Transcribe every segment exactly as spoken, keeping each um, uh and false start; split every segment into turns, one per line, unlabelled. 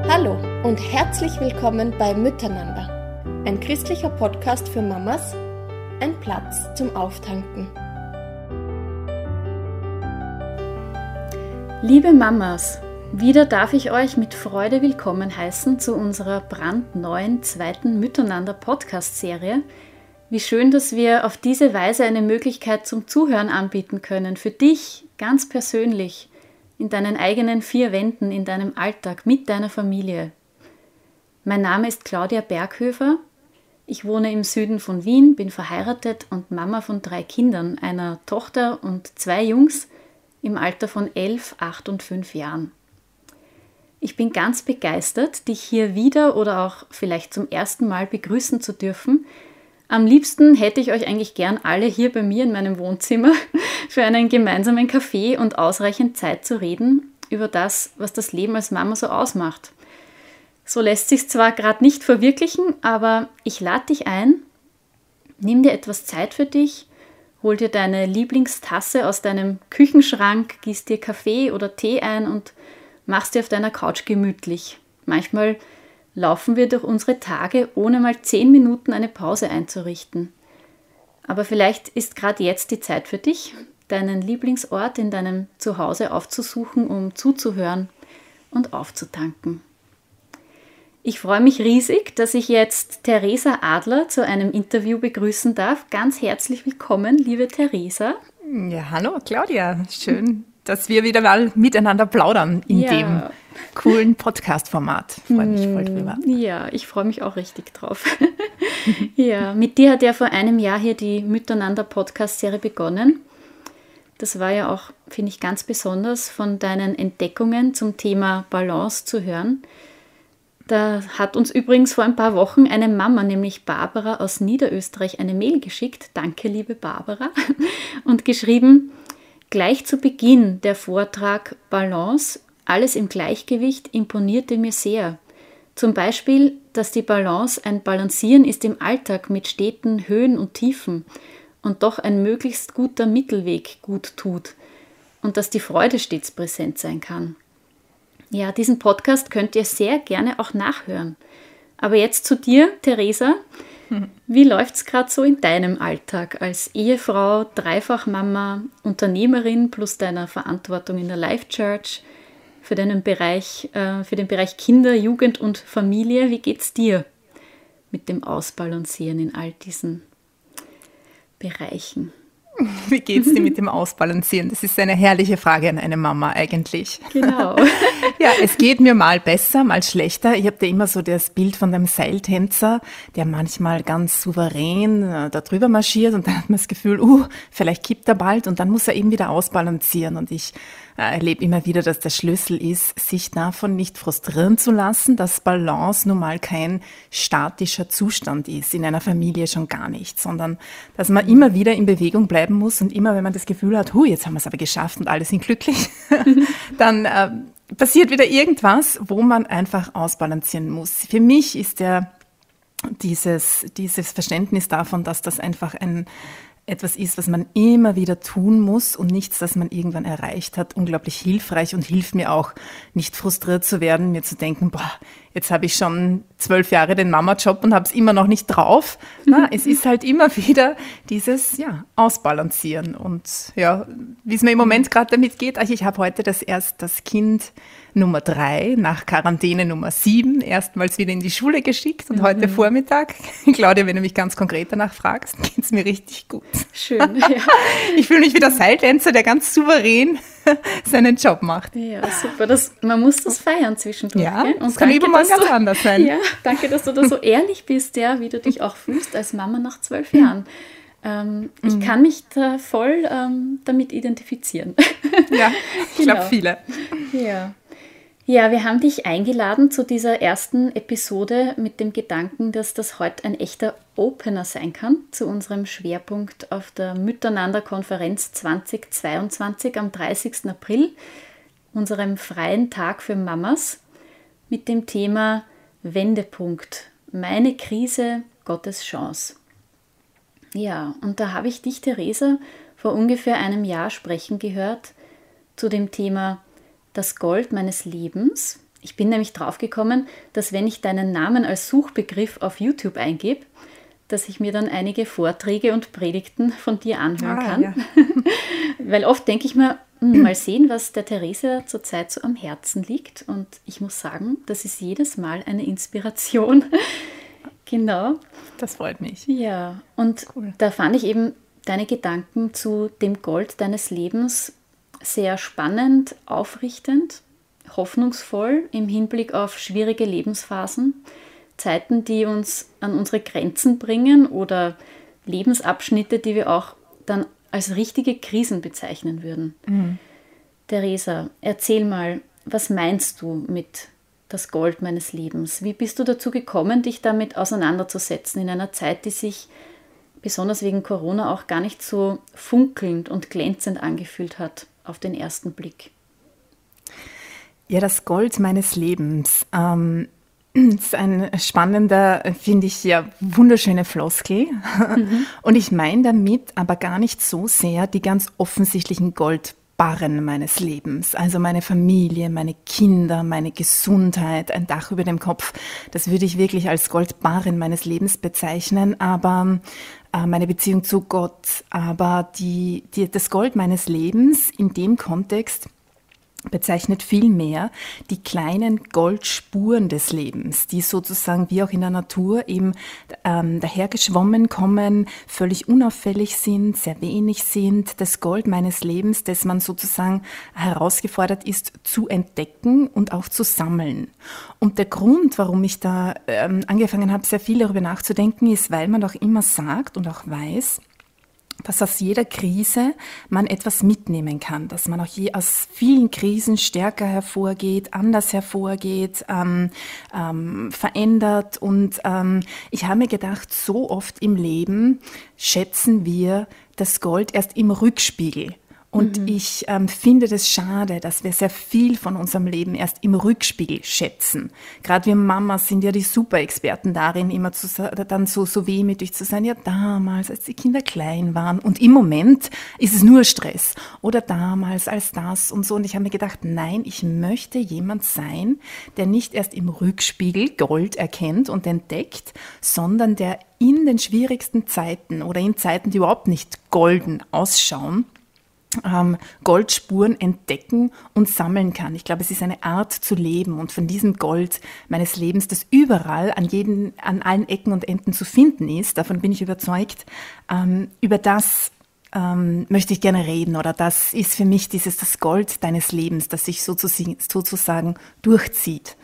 Hallo und herzlich willkommen bei Miteinander, ein christlicher Podcast für Mamas, ein Platz zum Auftanken.
Liebe Mamas, wieder darf ich euch mit Freude willkommen heißen zu unserer brandneuen zweiten Miteinander-Podcast-Serie. Wie schön, dass wir auf diese Weise eine Möglichkeit zum Zuhören anbieten können, für dich ganz persönlich, in deinen eigenen vier Wänden, in deinem Alltag, mit deiner Familie. Mein Name ist Claudia Berghöfer. Ich wohne im Süden von Wien, bin verheiratet und Mama von drei Kindern, einer Tochter und zwei Jungs im Alter von elf, acht und fünf Jahren. Ich bin ganz begeistert, dich hier wieder oder auch vielleicht zum ersten Mal begrüßen zu dürfen. Am liebsten hätte ich euch eigentlich gern alle hier bei mir in meinem Wohnzimmer für einen gemeinsamen Kaffee und ausreichend Zeit zu reden über das, was das Leben als Mama so ausmacht. So lässt sich zwar gerade nicht verwirklichen, aber ich lade dich ein, nimm dir etwas Zeit für dich, hol dir deine Lieblingstasse aus deinem Küchenschrank, gieß dir Kaffee oder Tee ein und mach's dir auf deiner Couch gemütlich. Manchmal laufen wir durch unsere Tage, ohne mal zehn Minuten eine Pause einzurichten. Aber vielleicht ist gerade jetzt die Zeit für dich, deinen Lieblingsort in deinem Zuhause aufzusuchen, um zuzuhören und aufzutanken. Ich freue mich riesig, dass ich jetzt Theresa Adler zu einem Interview begrüßen darf. Ganz herzlich willkommen, liebe Theresa.
Ja, hallo Claudia, schön, dass wir wieder mal miteinander plaudern in ja. dem coolen Podcast-Format. Freue mich voll drüber.
Ja, ich freue mich auch richtig drauf. Ja, mit dir hat ja vor einem Jahr hier die Miteinander-Podcast-Serie begonnen. Das war ja auch, finde ich, ganz besonders, von deinen Entdeckungen zum Thema Balance zu hören. Da hat uns übrigens vor ein paar Wochen eine Mama, nämlich Barbara aus Niederösterreich, eine Mail geschickt. Danke, liebe Barbara. Und geschrieben: Gleich zu Beginn der Vortrag Balance, alles im Gleichgewicht, imponierte mir sehr. Zum Beispiel, dass die Balance ein Balancieren ist im Alltag mit steten Höhen und Tiefen und doch ein möglichst guter Mittelweg gut tut und dass die Freude stets präsent sein kann. Ja, diesen Podcast könnt ihr sehr gerne auch nachhören. Aber jetzt zu dir, Theresa. Wie läuft es gerade so in deinem Alltag als Ehefrau, Dreifachmama, Unternehmerin plus deiner Verantwortung in der Life Church für deinen Bereich, äh, für den Bereich Kinder, Jugend und Familie? Wie geht's dir mit dem Ausbalancieren in all diesen Bereichen?
Wie geht's dir mit dem Ausbalancieren? Das ist eine herrliche Frage an eine Mama eigentlich.
Genau.
Ja, es geht mir mal besser, mal schlechter. Ich habe da immer so das Bild von einem Seiltänzer, der manchmal ganz souverän äh, da drüber marschiert und dann hat man das Gefühl, uh, vielleicht kippt er bald und dann muss er eben wieder ausbalancieren. Und ich äh, erlebe immer wieder, dass der Schlüssel ist, sich davon nicht frustrieren zu lassen, dass Balance nun mal kein statischer Zustand ist, in einer Familie schon gar nicht, sondern dass man immer wieder in Bewegung bleiben muss und immer, wenn man das Gefühl hat, hu, jetzt haben wir es aber geschafft und alle sind glücklich, dann äh, passiert wieder irgendwas, wo man einfach ausbalancieren muss. Für mich ist der, dieses, dieses Verständnis davon, dass das einfach ein etwas ist, was man immer wieder tun muss und nichts, das man irgendwann erreicht hat, unglaublich hilfreich und hilft mir auch, nicht frustriert zu werden, mir zu denken, boah, jetzt habe ich schon zwölf Jahre den Mama-Job und habe es immer noch nicht drauf. Na, es ist halt immer wieder dieses ja, Ausbalancieren und ja, wie es mir im Moment gerade damit geht, also ich habe heute das erst das Kind Nummer drei nach Quarantäne Nummer sieben erstmals wieder in die Schule geschickt und mhm. heute Vormittag, Claudia, wenn du mich ganz konkret danach fragst, geht es mir richtig gut.
Schön, ja.
Ich fühle mich wie der Seiltänzer, der ganz souverän seinen Job macht.
Ja, super. Das, man muss das feiern zwischendurch.
Ja,
gell? Und
das kann übermorgen ganz
du,
anders sein.
Ja, danke, dass du da so ehrlich bist, ja, wie du dich auch fühlst als Mama nach zwölf Jahren. Ähm, ich mhm. kann mich da voll ähm, damit identifizieren.
Ja, ich
genau.
glaube viele.
Ja. Ja, wir haben dich eingeladen zu dieser ersten Episode mit dem Gedanken, dass das heute ein echter Opener sein kann zu unserem Schwerpunkt auf der Miteinander-Konferenz zweitausendzweiundzwanzig am dreißigsten April, unserem freien Tag für Mamas, mit dem Thema Wendepunkt, meine Krise, Gottes Chance. Ja, und da habe ich dich, Theresa, vor ungefähr einem Jahr sprechen gehört zu dem Thema Das Gold meines Lebens, Ich bin nämlich draufgekommen, dass wenn ich deinen Namen als Suchbegriff auf YouTube eingebe, dass ich mir dann einige Vorträge und Predigten von dir anhören
ah,
kann.
Ja.
Weil oft denke ich mir, mal sehen, was der Theresa zurzeit so am Herzen liegt. Und ich muss sagen, das ist jedes Mal eine Inspiration. Genau.
Das freut mich.
Ja, und cool. Da fand ich eben deine Gedanken zu dem Gold deines Lebens sehr spannend, aufrichtend, hoffnungsvoll im Hinblick auf schwierige Lebensphasen, Zeiten, die uns an unsere Grenzen bringen oder Lebensabschnitte, die wir auch dann als richtige Krisen bezeichnen würden. Mhm. Theresa, erzähl mal, was meinst du mit das Gold meines Lebens? Wie bist du dazu gekommen, dich damit auseinanderzusetzen in einer Zeit, die sich besonders wegen Corona auch gar nicht so funkelnd und glänzend angefühlt hat auf den ersten Blick?
Ja, das Gold meines Lebens. Ähm, das ist ein spannender, finde ich, ja, wunderschöne Floskel. Mhm. Und ich meine damit aber gar nicht so sehr die ganz offensichtlichen Goldbarren meines Lebens. Also meine Familie, meine Kinder, meine Gesundheit, ein Dach über dem Kopf. Das würde ich wirklich als Goldbarren meines Lebens bezeichnen. Aber äh, meine Beziehung zu Gott, aber die, die, das Gold meines Lebens in dem Kontext bezeichnet vielmehr die kleinen Goldspuren des Lebens, die sozusagen wie auch in der Natur eben ähm, dahergeschwommen kommen, völlig unauffällig sind, sehr wenig sind. Das Gold meines Lebens, das man sozusagen herausgefordert ist zu entdecken und auch zu sammeln. Und der Grund, warum ich da ähm, angefangen habe, sehr viel darüber nachzudenken, ist, weil man auch immer sagt und auch weiß, dass aus jeder Krise man etwas mitnehmen kann, dass man auch je aus vielen Krisen stärker hervorgeht, anders hervorgeht, ähm, ähm, verändert. Und ähm, ich habe mir gedacht, so oft im Leben schätzen wir das Gold erst im Rückspiegel. Und mhm. ich ähm, finde das schade, dass wir sehr viel von unserem Leben erst im Rückspiegel schätzen. Gerade wir Mamas sind ja die Super-Experten darin, immer zu, dann so, so wehmütig zu sein. Ja, damals, als die Kinder klein waren. Und im Moment ist es nur Stress. Oder damals, als das und so. Und ich habe mir gedacht, nein, ich möchte jemand sein, der nicht erst im Rückspiegel Gold erkennt und entdeckt, sondern der in den schwierigsten Zeiten oder in Zeiten, die überhaupt nicht golden ausschauen, Ähm, Goldspuren entdecken und sammeln kann. Ich glaube, es ist eine Art zu leben und von diesem Gold meines Lebens, das überall an jeden, an allen Ecken und Enden zu finden ist, davon bin ich überzeugt, ähm, über das ähm, möchte ich gerne reden oder das ist für mich dieses das Gold deines Lebens, das sich sozusagen, sozusagen durchzieht.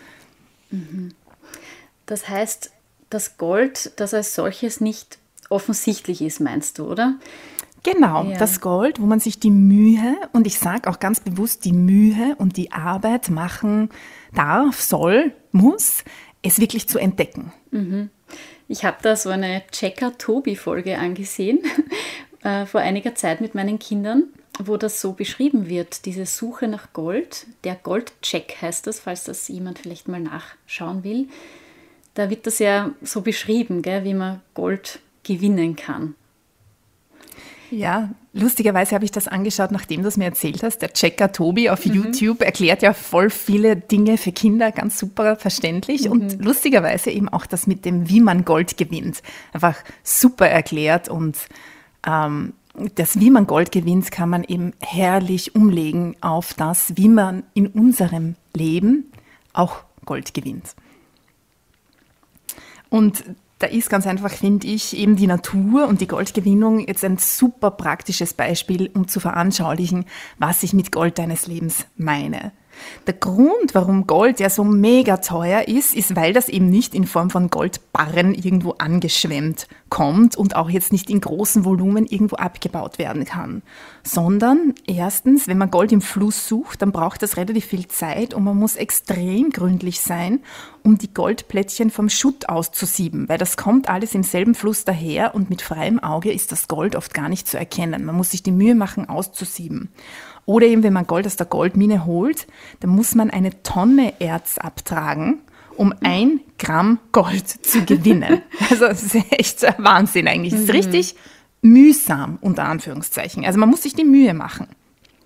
Das heißt, das Gold, das als solches nicht offensichtlich ist, meinst du, oder?
Genau, ja. Das Gold, wo man sich die Mühe, und ich sage auch ganz bewusst die Mühe und die Arbeit machen darf, soll, muss, es wirklich zu entdecken.
Mhm. Ich habe da so eine Checker-Tobi-Folge angesehen, äh, vor einiger Zeit mit meinen Kindern, wo das so beschrieben wird, diese Suche nach Gold. Der Goldcheck heißt das, falls das jemand vielleicht mal nachschauen will. Da wird das ja so beschrieben, gell, wie man Gold gewinnen kann.
Ja, lustigerweise habe ich das angeschaut, nachdem du es mir erzählt hast. Der Checker Tobi auf mhm. YouTube erklärt ja voll viele Dinge für Kinder, ganz super verständlich. Mhm. Und lustigerweise eben auch das mit dem, wie man Gold gewinnt. Einfach super erklärt. Und ähm, das, wie man Gold gewinnt, kann man eben herrlich umlegen auf das, wie man in unserem Leben auch Gold gewinnt. Und da ist ganz einfach, finde ich, eben die Natur und die Goldgewinnung jetzt ein super praktisches Beispiel, um zu veranschaulichen, was ich mit Gold deines Lebens meine. Der Grund, warum Gold ja so mega teuer ist, ist, weil das eben nicht in Form von Goldbarren irgendwo angeschwemmt kommt und auch jetzt nicht in großen Volumen irgendwo abgebaut werden kann. Sondern erstens, wenn man Gold im Fluss sucht, dann braucht das relativ viel Zeit und man muss extrem gründlich sein, um die Goldplättchen vom Schutt auszusieben, weil das kommt alles im selben Fluss daher und mit freiem Auge ist das Gold oft gar nicht zu erkennen. Man muss sich die Mühe machen, auszusieben. Oder eben, wenn man Gold aus der Goldmine holt, dann muss man eine Tonne Erz abtragen, um ein Gramm Gold zu gewinnen. Also das ist echt Wahnsinn eigentlich. Das ist richtig mühsam, unter Anführungszeichen. Also man muss sich die Mühe machen.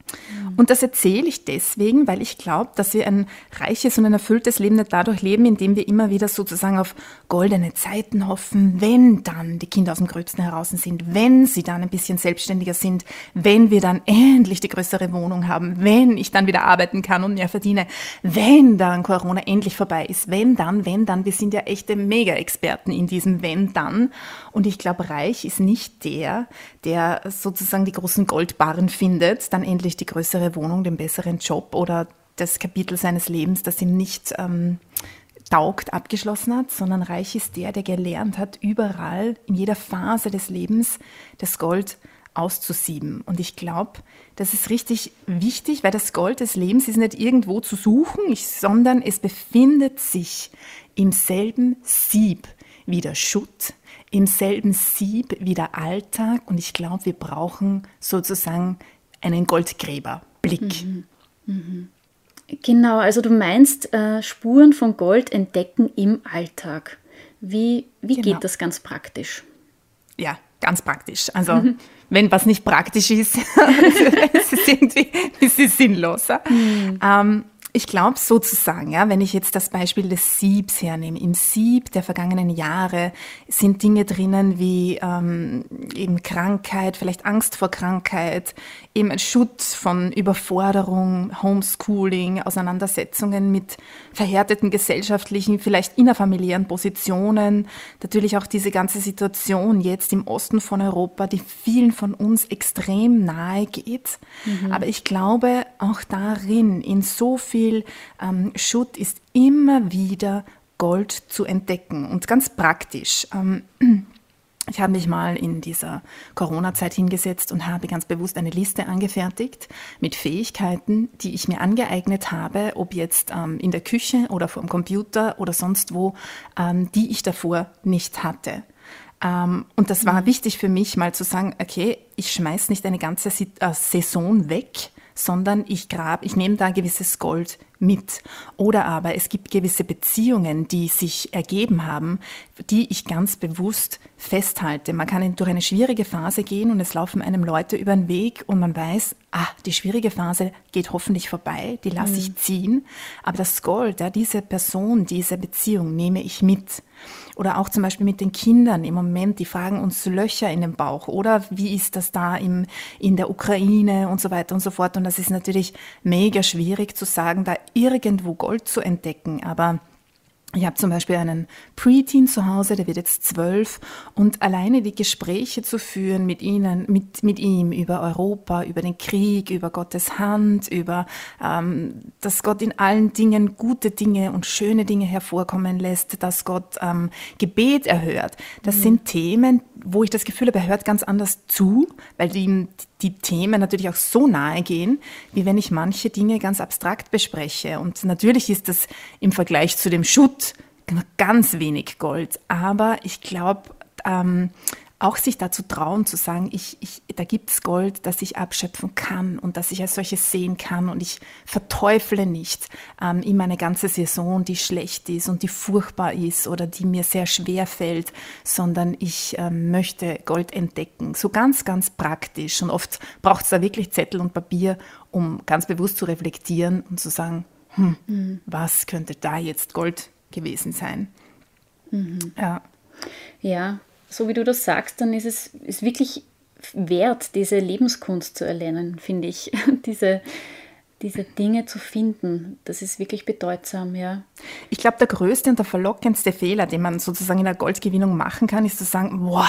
Und das erzähle ich deswegen, weil ich glaube, dass wir ein reiches und ein erfülltes Leben nicht dadurch leben, indem wir immer wieder sozusagen auf goldene Zeiten hoffen, wenn dann die Kinder aus dem Gröbsten heraus sind, wenn sie dann ein bisschen selbstständiger sind, wenn wir dann endlich die größere Wohnung haben, wenn ich dann wieder arbeiten kann und mehr verdiene, wenn dann Corona endlich vorbei ist, wenn dann, wenn dann. Wir sind ja echte Mega-Experten in diesem wenn dann. Und ich glaube, reich ist nicht der, der sozusagen die großen Goldbarren findet, dann endlich die größere Wohnung, den besseren Job oder das Kapitel seines Lebens, das ihm nicht ähm, taugt, abgeschlossen hat, sondern reich ist der, der gelernt hat, überall, in jeder Phase des Lebens das Gold auszusieben. Und ich glaube, das ist richtig wichtig, weil das Gold des Lebens ist nicht irgendwo zu suchen, ich, sondern es befindet sich im selben Sieb wie der Schutt, im selben Sieb wie der Alltag. Und ich glaube, wir brauchen sozusagen einen Goldgräberblick.
Mhm. Mhm. Genau, also du meinst äh, Spuren von Gold entdecken im Alltag. Wie, wie
Genau.
geht das ganz praktisch?
Ja, ganz praktisch. Also mhm. wenn was nicht praktisch ist, es ist irgendwie es ist sinnloser. Mhm. Ähm, Ich glaube sozusagen, ja, wenn ich jetzt das Beispiel des Siebs hernehme, im Sieb der vergangenen Jahre sind Dinge drinnen wie ähm, eben Krankheit, vielleicht Angst vor Krankheit, eben ein Schutt von Überforderung, Homeschooling, Auseinandersetzungen mit verhärteten gesellschaftlichen, vielleicht innerfamiliären Positionen, natürlich auch diese ganze Situation jetzt im Osten von Europa, die vielen von uns extrem nahe geht. Mhm. Aber ich glaube, auch darin, in so viel Viel ähm, Schutt ist immer wieder Gold zu entdecken und ganz praktisch. Ähm, ich habe mich mal in dieser Corona-Zeit hingesetzt und habe ganz bewusst eine Liste angefertigt mit Fähigkeiten, die ich mir angeeignet habe, ob jetzt ähm, in der Küche oder vor dem Computer oder sonst wo, ähm, die ich davor nicht hatte. Ähm, und das war mhm. wichtig für mich, mal zu sagen, okay, ich schmeiß nicht eine ganze äh, Saison weg, sondern ich grab, ich nehme da gewisses Gold mit. Oder aber es gibt gewisse Beziehungen, die sich ergeben haben, die ich ganz bewusst festhalte. Man kann durch eine schwierige Phase gehen und es laufen einem Leute über den Weg und man weiß, ah, die schwierige Phase geht hoffentlich vorbei, die lasse mhm. ich ziehen. Aber das Gold, ja, diese Person, diese Beziehung nehme ich mit. Oder auch zum Beispiel mit den Kindern im Moment, die fragen uns Löcher in den Bauch. Oder wie ist das da im, in der Ukraine und so weiter und so fort. Und das ist natürlich mega schwierig zu sagen, da irgendwo Gold zu entdecken. Aber ich habe zum Beispiel einen Preteen zu Hause, der wird jetzt zwölf und alleine die Gespräche zu führen mit ihnen, mit, mit ihm über Europa, über den Krieg, über Gottes Hand, über ähm, dass Gott in allen Dingen gute Dinge und schöne Dinge hervorkommen lässt, dass Gott ähm, Gebet erhört. Das mhm. sind Themen, wo ich das Gefühl habe, er hört ganz anders zu, weil die, die Themen natürlich auch so nahe gehen, wie wenn ich manche Dinge ganz abstrakt bespreche. Und natürlich ist das im Vergleich zu dem Schutt ganz wenig Gold. Aber ich glaube, ähm, auch sich dazu trauen, zu sagen, ich, ich, da gibt es Gold, das ich abschöpfen kann und das ich als solches sehen kann. Und ich verteufle nicht ähm, immer eine ganze Saison, die schlecht ist und die furchtbar ist oder die mir sehr schwer fällt, sondern ich ähm, möchte Gold entdecken. So ganz, ganz praktisch. Und oft braucht es da wirklich Zettel und Papier, um ganz bewusst zu reflektieren und zu sagen, hm, mhm. was könnte da jetzt Gold gewesen sein?
Mhm.
Ja.
Ja. So wie du das sagst, dann ist es ist wirklich wert, diese Lebenskunst zu erlernen, finde ich. diese, diese Dinge zu finden, das ist wirklich bedeutsam, ja.
Ich glaube, der größte und der verlockendste Fehler, den man sozusagen in der Goldgewinnung machen kann, ist zu sagen, boah,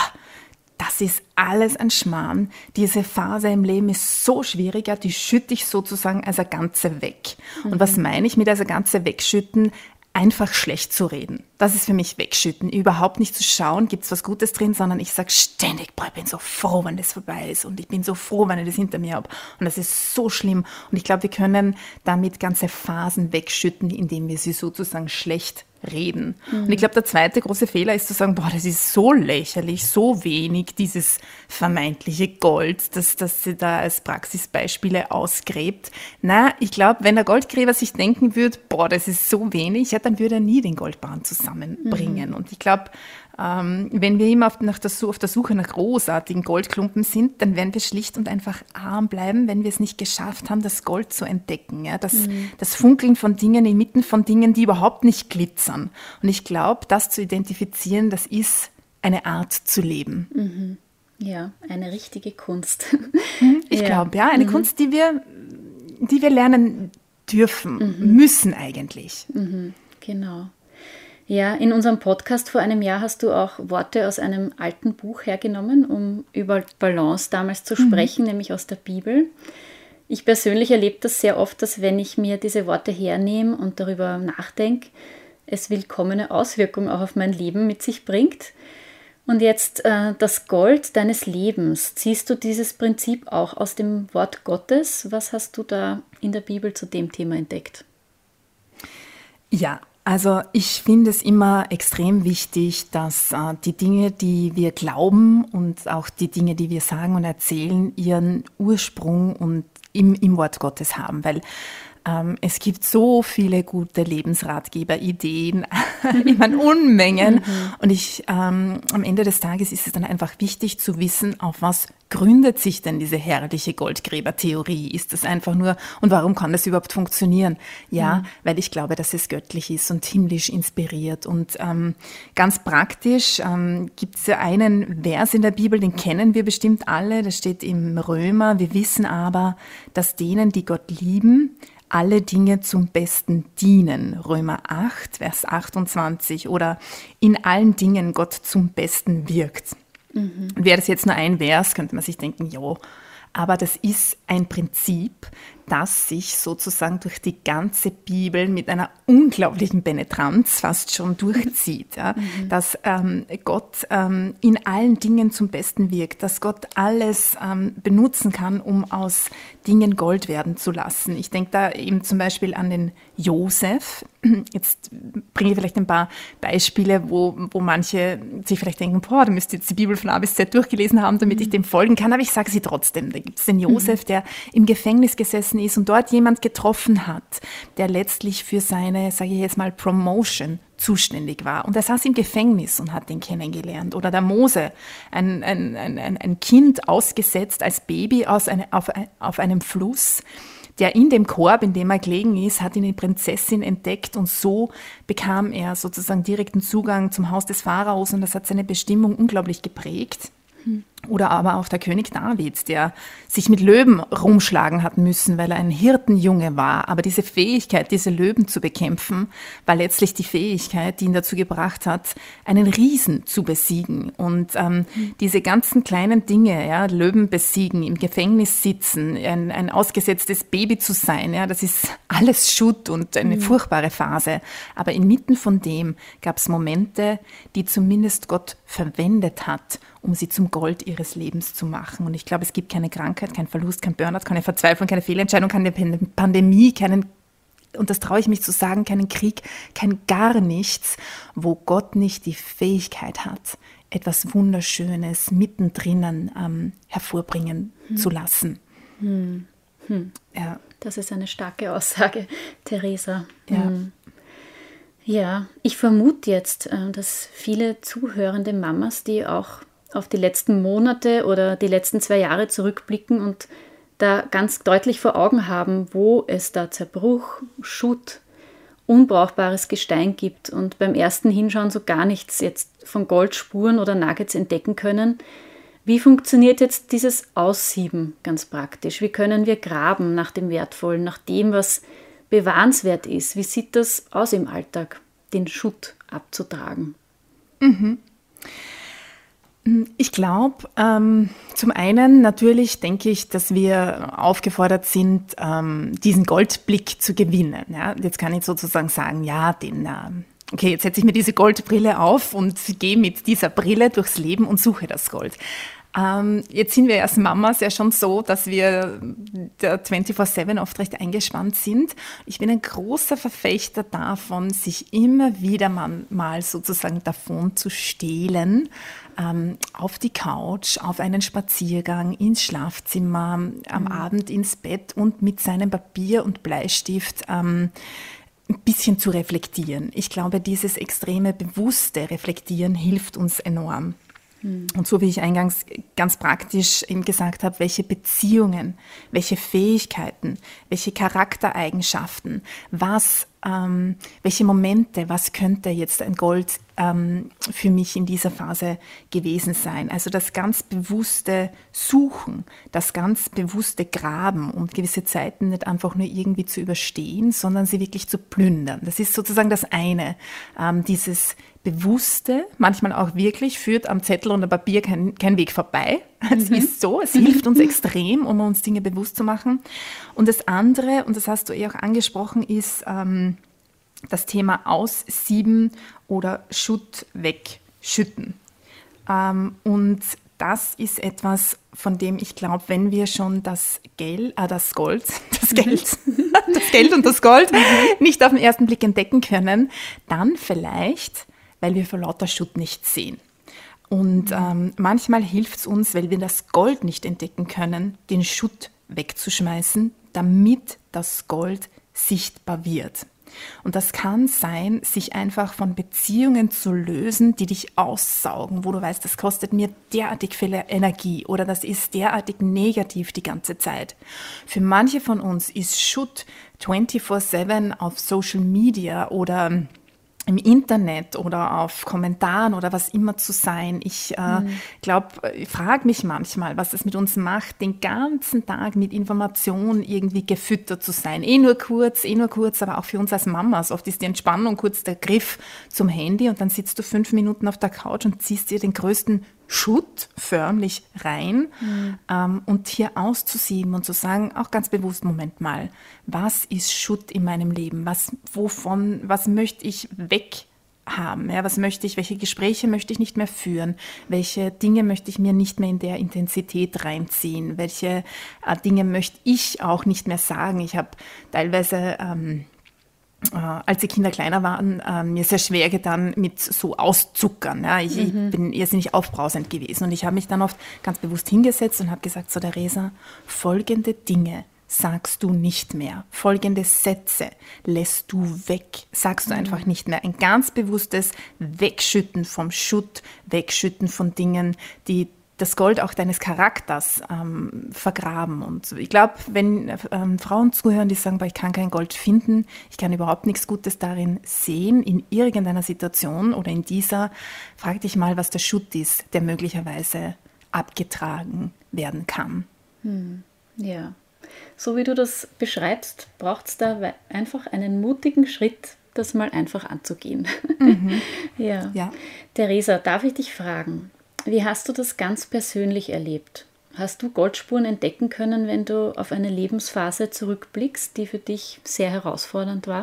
das ist alles ein Schmarrn. Diese Phase im Leben ist so schwierig, ja, die schütte ich sozusagen als ein Ganze weg. Mhm. Und was meine ich mit als ein Ganze wegschütten? Einfach schlecht zu reden. Das ist für mich wegschütten. Überhaupt nicht zu schauen, gibt es was Gutes drin, sondern ich sage ständig, boah, ich bin so froh, wenn das vorbei ist und ich bin so froh, wenn ich das hinter mir habe. Und das ist so schlimm. Und ich glaube, wir können damit ganze Phasen wegschütten, indem wir sie sozusagen schlecht reden. Mhm. Und ich glaube, der zweite große Fehler ist zu sagen, boah, das ist so lächerlich, so wenig, dieses vermeintliche Gold, das, das sie da als Praxisbeispiele ausgräbt. Na, ich glaube, wenn der Goldgräber sich denken würde, boah, das ist so wenig, ja, dann würde er nie den Goldbarren zusammenbringen. Mhm. Und ich glaube, ähm, wenn wir immer auf, nach der, auf der Suche nach großartigen Goldklumpen sind, dann werden wir schlicht und einfach arm bleiben, wenn wir es nicht geschafft haben, das Gold zu entdecken. Ja? Das, mhm. das Funkeln von Dingen inmitten von Dingen, die überhaupt nicht glitzern. Und ich glaube, das zu identifizieren, das ist eine Art zu leben.
Mhm. Ja, eine richtige Kunst.
Ich ja. glaube, ja, eine mhm. Kunst, die wir, die wir lernen dürfen, mhm. müssen eigentlich.
Mhm. Genau. Ja, in unserem Podcast vor einem Jahr hast du auch Worte aus einem alten Buch hergenommen, um über Balance damals zu sprechen, mhm. nämlich aus der Bibel. Ich persönlich erlebe das sehr oft, dass wenn ich mir diese Worte hernehme und darüber nachdenke, es willkommene Auswirkungen auch auf mein Leben mit sich bringt. Und jetzt äh, das Gold deines Lebens. Ziehst du dieses Prinzip auch aus dem Wort Gottes? Was hast du da in der Bibel zu dem Thema entdeckt?
Ja, also ich finde es immer extrem wichtig, dass äh, die Dinge, die wir glauben und auch die Dinge, die wir sagen und erzählen, ihren Ursprung und im, im Wort Gottes haben, weil ähm, es gibt so viele gute Lebensratgeber, Ideen, immer in Unmengen. Mhm. Und ich, ähm, am Ende des Tages ist es dann einfach wichtig zu wissen, auf was gründet sich denn diese herrliche Goldgräbertheorie? Ist das einfach nur, und warum kann das überhaupt funktionieren? Ja, mhm. weil ich glaube, dass es göttlich ist und himmlisch inspiriert. Und ähm, ganz praktisch ähm, gibt es ja einen Vers in der Bibel, den kennen wir bestimmt alle, das steht im Römer. Wir wissen aber, dass denen, die Gott lieben, alle Dinge zum Besten dienen. Römer acht, Vers achtundzwanzig. Oder in allen Dingen Gott zum Besten wirkt. Mhm. Wäre das jetzt nur ein Vers, könnte man sich denken, ja, aber das ist ein Prinzip, das sich sozusagen durch die ganze Bibel mit einer unglaublichen Penetranz fast schon durchzieht. Ja? Mhm. Dass ähm, Gott ähm, in allen Dingen zum Besten wirkt, dass Gott alles ähm, benutzen kann, um aus Dingen Gold werden zu lassen. Ich denke da eben zum Beispiel an den Josef. Jetzt bringe ich vielleicht ein paar Beispiele, wo, wo manche sich vielleicht denken, boah, du müsst jetzt die Bibel von A bis Z durchgelesen haben, damit mhm. ich dem folgen kann, aber ich sage sie trotzdem. Da gibt es den Josef, mhm. der im Gefängnis gesessen ist und dort jemand getroffen hat, der letztlich für seine, sage ich jetzt mal, Promotion zuständig war. Und er saß im Gefängnis und hat den kennengelernt. Oder der Mose, ein, ein, ein, ein Kind ausgesetzt als Baby aus eine, auf, auf einem Fluss, der in dem Korb, in dem er gelegen ist, hat ihn eine Prinzessin entdeckt und so bekam er sozusagen direkten Zugang zum Haus des Pharaos und das hat seine Bestimmung unglaublich geprägt. Oder aber auch der König David, der sich mit Löwen rumschlagen hat müssen, weil er ein Hirtenjunge war. Aber diese Fähigkeit, diese Löwen zu bekämpfen, war letztlich die Fähigkeit, die ihn dazu gebracht hat, einen Riesen zu besiegen. Und ähm, mhm. diese ganzen kleinen Dinge, ja, Löwen besiegen, im Gefängnis sitzen, ein, ein ausgesetztes Baby zu sein, ja, das ist alles Schutt und eine mhm. furchtbare Phase. Aber inmitten von dem gab es Momente, die zumindest Gott verwendet hat, um sie zum Gold ihres Lebens zu machen. Und ich glaube, es gibt keine Krankheit, kein Verlust, kein Burnout, keine Verzweiflung, keine Fehlentscheidung, keine Pandemie, keinen, und das traue ich mich zu sagen, keinen Krieg, kein gar nichts, wo Gott nicht die Fähigkeit hat, etwas Wunderschönes mittendrin ähm, hervorbringen hm. zu lassen.
Hm. Hm. Ja. Das ist eine starke Aussage, Theresa.
Ja.
Hm. Ja, ich vermute jetzt, dass viele zuhörende Mamas, die auch auf die letzten Monate oder die letzten zwei Jahre zurückblicken und da ganz deutlich vor Augen haben, wo es da Zerbruch, Schutt, unbrauchbares Gestein gibt und beim ersten Hinschauen so gar nichts jetzt von Goldspuren oder Nuggets entdecken können. Wie funktioniert jetzt dieses Aussieben ganz praktisch? Wie können wir graben nach dem Wertvollen, nach dem, was bewahrenswert ist? Wie sieht das aus im Alltag, den Schutt abzutragen?
Mhm. Ich glaube, ähm, zum einen natürlich denke ich, dass wir aufgefordert sind, ähm, diesen Goldblick zu gewinnen. Ja? Jetzt kann ich sozusagen sagen, ja, den, äh, okay, jetzt setze ich mir diese Goldbrille auf und gehe mit dieser Brille durchs Leben und suche das Gold. Ähm, jetzt sind wir als Mamas ja schon so, dass wir der vierundzwanzig sieben oft recht eingespannt sind. Ich bin ein großer Verfechter davon, sich immer wieder mal, mal sozusagen davon zu stehlen, ähm, auf die Couch, auf einen Spaziergang, ins Schlafzimmer, mhm. am Abend ins Bett und mit seinem Papier und Bleistift ähm, ein bisschen zu reflektieren. Ich glaube, dieses extreme bewusste Reflektieren hilft uns enorm. Und so wie ich eingangs ganz praktisch eben gesagt habe, welche Beziehungen, welche Fähigkeiten, welche Charaktereigenschaften, was, ähm, welche Momente, was könnte jetzt ein Gold ähm, für mich in dieser Phase gewesen sein. Also das ganz bewusste Suchen, das ganz bewusste Graben, um gewisse Zeiten nicht einfach nur irgendwie zu überstehen, sondern sie wirklich zu plündern. Das ist sozusagen das eine, ähm, dieses Bewusste, manchmal auch wirklich, führt am Zettel und am Papier kein, kein Weg vorbei. Es mhm. ist so, es hilft uns extrem, um uns Dinge bewusst zu machen. Und das andere, und das hast du eh auch angesprochen, ist ähm, das Thema Aussieben oder Schutt wegschütten. Ähm, und das ist etwas, von dem ich glaube, wenn wir schon das Geld, äh, das Gold, das Geld, das Geld und das Gold nicht auf den ersten Blick entdecken können, dann vielleicht, weil wir vor lauter Schutt nichts sehen. Und ähm, manchmal hilft es uns, weil wir das Gold nicht entdecken können, den Schutt wegzuschmeißen, damit das Gold sichtbar wird. Und das kann sein, sich einfach von Beziehungen zu lösen, die dich aussaugen, wo du weißt, das kostet mir derartig viel Energie oder das ist derartig negativ die ganze Zeit. Für manche von uns ist Schutt vierundzwanzig sieben auf Social Media oder im Internet oder auf Kommentaren oder was immer zu sein. Ich äh, mhm. glaube, ich frage mich manchmal, was es mit uns macht, den ganzen Tag mit Information irgendwie gefüttert zu sein. Eh nur kurz, eh nur kurz, aber auch für uns als Mamas. Oft ist die Entspannung kurz der Griff zum Handy und dann sitzt du fünf Minuten auf der Couch und ziehst dir den größten Schutt förmlich rein mhm. ähm, und hier auszusieben und zu sagen, auch ganz bewusst, Moment mal, was ist Schutt in meinem Leben? Was, wovon, was möchte ich weghaben? Ja, was möchte ich, welche Gespräche möchte ich nicht mehr führen? Welche Dinge möchte ich mir nicht mehr in der Intensität reinziehen? Welche äh, Dinge möchte ich auch nicht mehr sagen? Ich habe teilweise ähm, Äh, als die Kinder kleiner waren, äh, mir sehr schwer getan mit so Auszuckern. Ja. Ich, mhm. ich bin irrsinnig aufbrausend gewesen und ich habe mich dann oft ganz bewusst hingesetzt und habe gesagt, so Theresa, folgende Dinge sagst du nicht mehr. Folgende Sätze lässt du weg, sagst du mhm. einfach nicht mehr. Ein ganz bewusstes Wegschütten vom Schutt, Wegschütten von Dingen, die das Gold auch deines Charakters ähm, vergraben. Und ich glaube, wenn ähm, Frauen zuhören, die sagen, ich kann kein Gold finden, ich kann überhaupt nichts Gutes darin sehen, in irgendeiner Situation oder in dieser, frag dich mal, was der Schutt ist, der möglicherweise abgetragen werden kann.
Hm. Ja, so wie du das beschreibst, braucht es da einfach einen mutigen Schritt, das mal einfach anzugehen. Mhm. ja. ja. Theresa, darf ich dich fragen, wie hast du das ganz persönlich erlebt? Hast du Goldspuren entdecken können, wenn du auf eine Lebensphase zurückblickst, die für dich sehr herausfordernd war?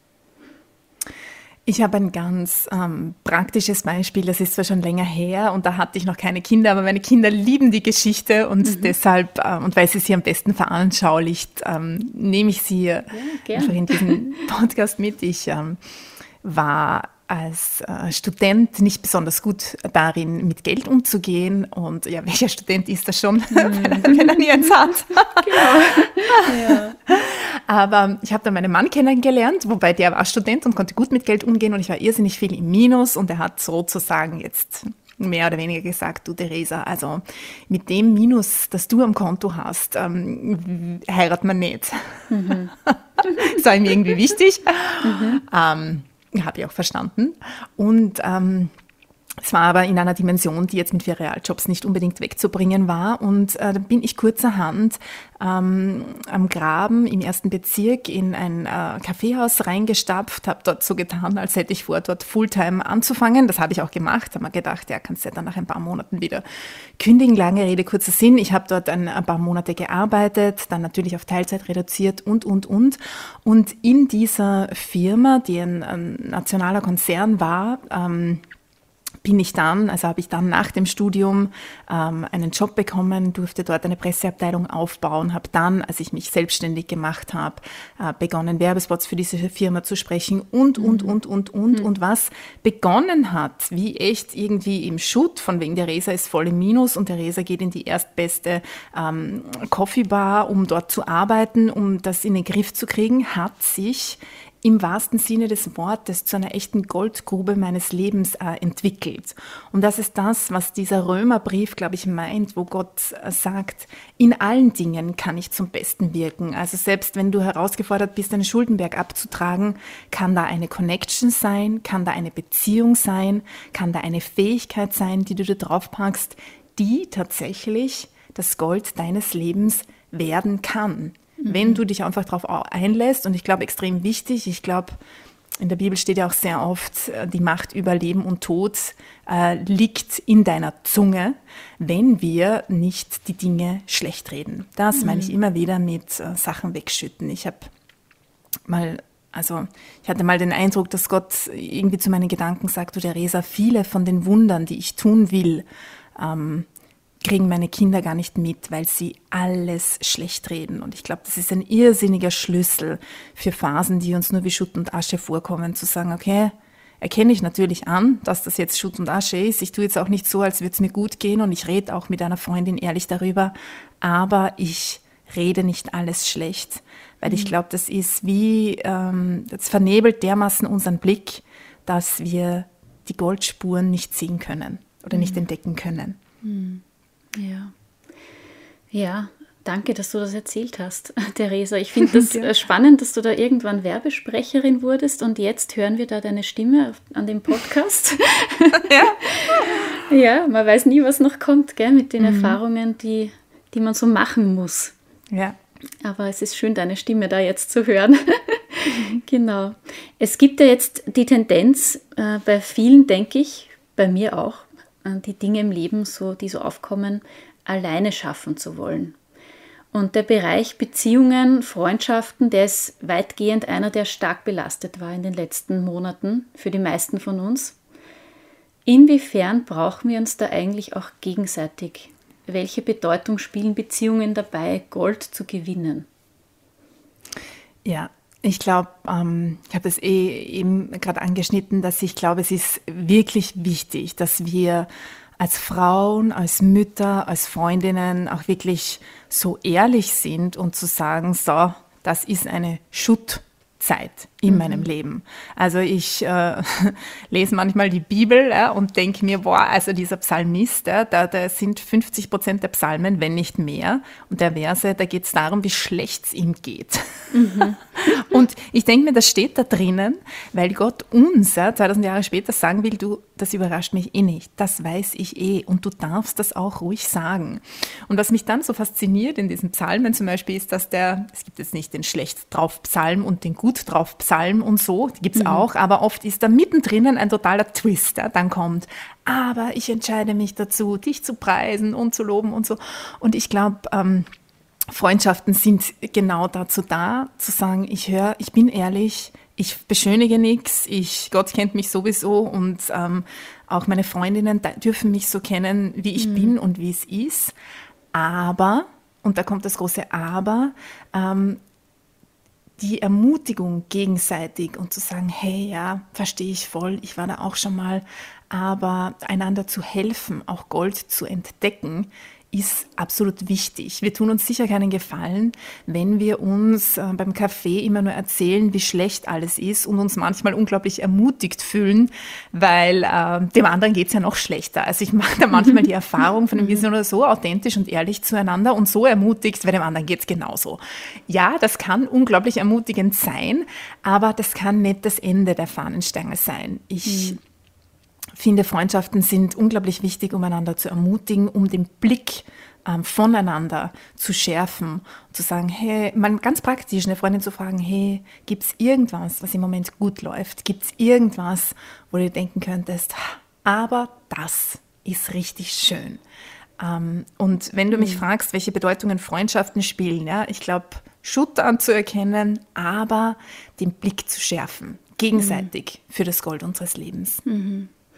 Ich habe ein ganz ähm, praktisches Beispiel, das ist zwar schon länger her und da hatte ich noch keine Kinder, aber meine Kinder lieben die Geschichte und mhm. deshalb, äh, und weil sie sie am besten veranschaulicht, ähm, nehme ich sie ja, einfach in diesen Podcast mit. Ich ähm, war als äh, Student nicht besonders gut darin, mit Geld umzugehen. Und ja, welcher Student ist das schon, mm. wenn, wenn er nie eins hat? Genau. ja. Aber ich habe dann meinen Mann kennengelernt, wobei der war Student und konnte gut mit Geld umgehen und ich war irrsinnig viel im Minus und er hat sozusagen jetzt mehr oder weniger gesagt, du Theresa, also mit dem Minus, das du am Konto hast, ähm, heiratet man nicht. Mhm. Das war ihm irgendwie wichtig. Mhm. Ähm, Habe ich auch verstanden. Und ähm, es war aber in einer Dimension, die jetzt mit vier Realjobs nicht unbedingt wegzubringen war. Und äh, da bin ich kurzerhand ähm, am Graben im ersten Bezirk in ein äh, Kaffeehaus reingestapft, habe dort so getan, als hätte ich vor, dort Fulltime anzufangen. Das habe ich auch gemacht. Habe mir gedacht, ja, kannst du ja dann nach ein paar Monaten wieder kündigen. Lange Rede, kurzer Sinn. Ich habe dort ein, ein paar Monate gearbeitet, dann natürlich auf Teilzeit reduziert und, und, und. Und in dieser Firma, die ein, ein nationaler Konzern war, ähm, bin ich dann, also habe ich dann nach dem Studium ähm, einen Job bekommen, durfte dort eine Presseabteilung aufbauen, habe dann, als ich mich selbstständig gemacht habe, äh, begonnen, Werbespots für diese Firma zu sprechen und, und, und, und, und. Mhm. Und was begonnen hat, wie echt irgendwie im Schutt, von wegen der Resa ist voll im Minus und der Resa geht in die erstbeste ähm, Coffee Bar, um dort zu arbeiten, um das in den Griff zu kriegen, hat sich im wahrsten Sinne des Wortes zu einer echten Goldgrube meines Lebens äh, entwickelt. Und das ist das, was dieser Römerbrief, glaube ich, meint, wo Gott äh, sagt, in allen Dingen kann ich zum Besten wirken. Also selbst wenn du herausgefordert bist, einen Schuldenberg abzutragen, kann da eine Connection sein, kann da eine Beziehung sein, kann da eine Fähigkeit sein, die du da draufpackst, die tatsächlich das Gold deines Lebens werden kann. Wenn du dich einfach darauf einlässt, und ich glaube, extrem wichtig, ich glaube, in der Bibel steht ja auch sehr oft, die Macht über Leben und Tod äh, liegt in deiner Zunge, wenn wir nicht die Dinge schlecht reden. Das mhm. meine ich immer wieder mit äh, Sachen wegschütten. Ich habe mal, also ich hatte mal den Eindruck, dass Gott irgendwie zu meinen Gedanken sagt, du Theresa, viele von den Wundern, die ich tun will, ähm, kriegen meine Kinder gar nicht mit, weil sie alles schlecht reden. Und ich glaube, das ist ein irrsinniger Schlüssel für Phasen, die uns nur wie Schutt und Asche vorkommen, zu sagen, okay, erkenne ich natürlich an, dass das jetzt Schutt und Asche ist. Ich tue jetzt auch nicht so, als würde es mir gut gehen und ich rede auch mit einer Freundin ehrlich darüber, aber ich rede nicht alles schlecht, weil mhm. ich glaube, das ist wie, ähm, das vernebelt dermaßen unseren Blick, dass wir die Goldspuren nicht sehen können oder mhm. nicht entdecken können.
Mhm. Ja. Ja, danke, dass du das erzählt hast, Theresa. Ich finde das ja. spannend, dass du da irgendwann Werbesprecherin wurdest und jetzt hören wir da deine Stimme an dem Podcast. Ja, ja, man weiß nie, was noch kommt, gell, mit den mhm. Erfahrungen, die, die man so machen muss.
Ja.
Aber es ist schön, deine Stimme da jetzt zu hören. Genau. Es gibt ja jetzt die Tendenz äh, bei vielen, denke ich, bei mir auch, die Dinge im Leben, so, die so aufkommen, alleine schaffen zu wollen. Und der Bereich Beziehungen, Freundschaften, der ist weitgehend einer, der stark belastet war in den letzten Monaten für die meisten von uns. Inwiefern brauchen wir uns da eigentlich auch gegenseitig? Welche Bedeutung spielen Beziehungen dabei, Gold zu gewinnen?
Ja, ich glaube, ähm, ich habe das eh eben gerade angeschnitten, dass ich glaube, es ist wirklich wichtig, dass wir als Frauen, als Mütter, als Freundinnen auch wirklich so ehrlich sind und zu sagen, so, das ist eine Schuttzeit in mhm. meinem Leben. Also ich äh, lese manchmal die Bibel ja, und denke mir, boah, also dieser Psalmist, ja, da, da sind fünfzig Prozent der Psalmen, wenn nicht mehr. Und der Verse, da geht es darum, wie schlecht es ihm geht. Mhm. Und ich denke mir, das steht da drinnen, weil Gott uns ja, zweitausend Jahre später sagen will, du, das überrascht mich eh nicht, das weiß ich eh und du darfst das auch ruhig sagen. Und was mich dann so fasziniert in diesen Psalmen zum Beispiel ist, dass der, es gibt jetzt nicht den schlecht drauf Psalm und den gut drauf Psalm und so, die gibt es mhm. auch, aber oft ist da mittendrin ein totaler Twist, ja, dann kommt, aber ich entscheide mich dazu, dich zu preisen und zu loben und so. Und ich glaube, ähm, Freundschaften sind genau dazu da, zu sagen, ich höre, ich bin ehrlich, ich beschönige nichts, ich, Gott kennt mich sowieso und ähm, auch meine Freundinnen dürfen mich so kennen, wie ich mhm. bin und wie es ist. Aber, und da kommt das große Aber, ähm, die Ermutigung gegenseitig und zu sagen, hey, ja, verstehe ich voll, ich war da auch schon mal, aber einander zu helfen, auch Gold zu entdecken, ist absolut wichtig. Wir tun uns sicher keinen Gefallen, wenn wir uns äh, beim Kaffee immer nur erzählen, wie schlecht alles ist und uns manchmal unglaublich ermutigt fühlen, weil äh, dem anderen geht's ja noch schlechter. Also ich mache da manchmal die Erfahrung von dem, wir sind so authentisch und ehrlich zueinander und so ermutigt, weil dem anderen geht's genauso. Ja, das kann unglaublich ermutigend sein, aber das kann nicht das Ende der Fahnenstange sein. Ich mhm. Ich finde, Freundschaften sind unglaublich wichtig, um einander zu ermutigen, um den Blick ähm, voneinander zu schärfen, zu sagen, hey, man ganz praktisch eine Freundin zu fragen, hey, gibt es irgendwas, was im Moment gut läuft? Gibt es irgendwas, wo du denken könntest, aber das ist richtig schön. Ähm, und wenn du mich mhm. fragst, welche Bedeutungen Freundschaften spielen, ja, ich glaube, Schutt anzuerkennen, aber den Blick zu schärfen, gegenseitig mhm. für das Gold unseres Lebens.
Mhm.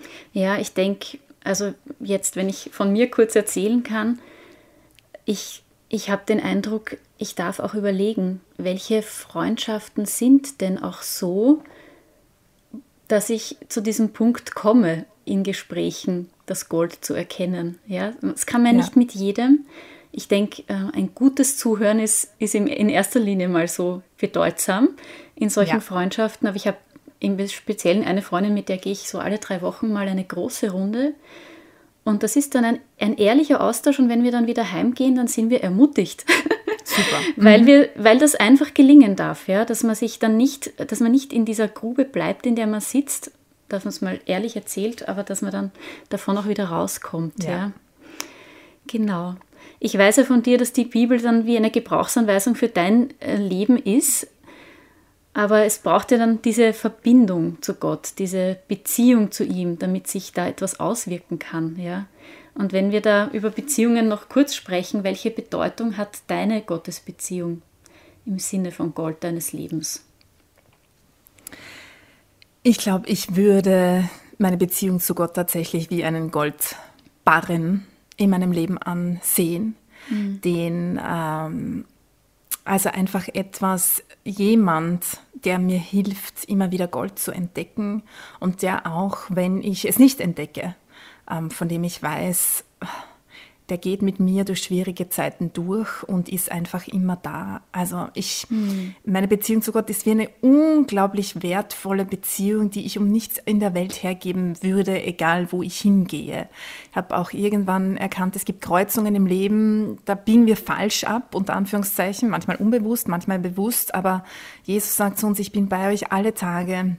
Ja, ich denke, also jetzt, wenn ich von mir kurz erzählen kann, ich, ich habe den Eindruck, ich darf auch überlegen, welche Freundschaften sind denn auch so, dass ich zu diesem Punkt komme, in Gesprächen das Gold zu erkennen. Ja, das kann man ja nicht mit jedem. Ich denke, ein gutes Zuhören ist, ist in erster Linie mal so bedeutsam in solchen ja. Freundschaften. Aber ich habe im Speziellen eine Freundin, mit der gehe ich so alle drei Wochen mal eine große Runde. Und das ist dann ein, ein ehrlicher Austausch. Und wenn wir dann wieder heimgehen, dann sind wir ermutigt.
Super.
weil,
mhm.
wir, weil das einfach gelingen darf, ja? Dass man sich dann nicht, dass man nicht in dieser Grube bleibt, in der man sitzt, dass man es mal ehrlich erzählt, aber dass man dann davon auch wieder rauskommt. Ja. ja. Genau. Ich weiß ja von dir, dass die Bibel dann wie eine Gebrauchsanweisung für dein Leben ist, aber es braucht ja dann diese Verbindung zu Gott, diese Beziehung zu ihm, damit sich da etwas auswirken kann. Ja? Und wenn wir da über Beziehungen noch kurz sprechen, welche Bedeutung hat deine Gottesbeziehung im Sinne von Gold deines Lebens?
Ich glaube, ich würde meine Beziehung zu Gott tatsächlich wie einen Goldbarren in meinem Leben ansehen, mhm. den, ähm, also einfach etwas, jemand, der mir hilft, immer wieder Gold zu entdecken und der auch, wenn ich es nicht entdecke, ähm, von dem ich weiß, der geht mit mir durch schwierige Zeiten durch und ist einfach immer da. Also ich, mhm. meine Beziehung zu Gott ist wie eine unglaublich wertvolle Beziehung, die ich um nichts in der Welt hergeben würde, egal wo ich hingehe. Ich habe auch irgendwann erkannt, es gibt Kreuzungen im Leben, da biegen wir falsch ab, unter Anführungszeichen, manchmal unbewusst, manchmal bewusst, aber Jesus sagt zu uns, ich bin bei euch alle Tage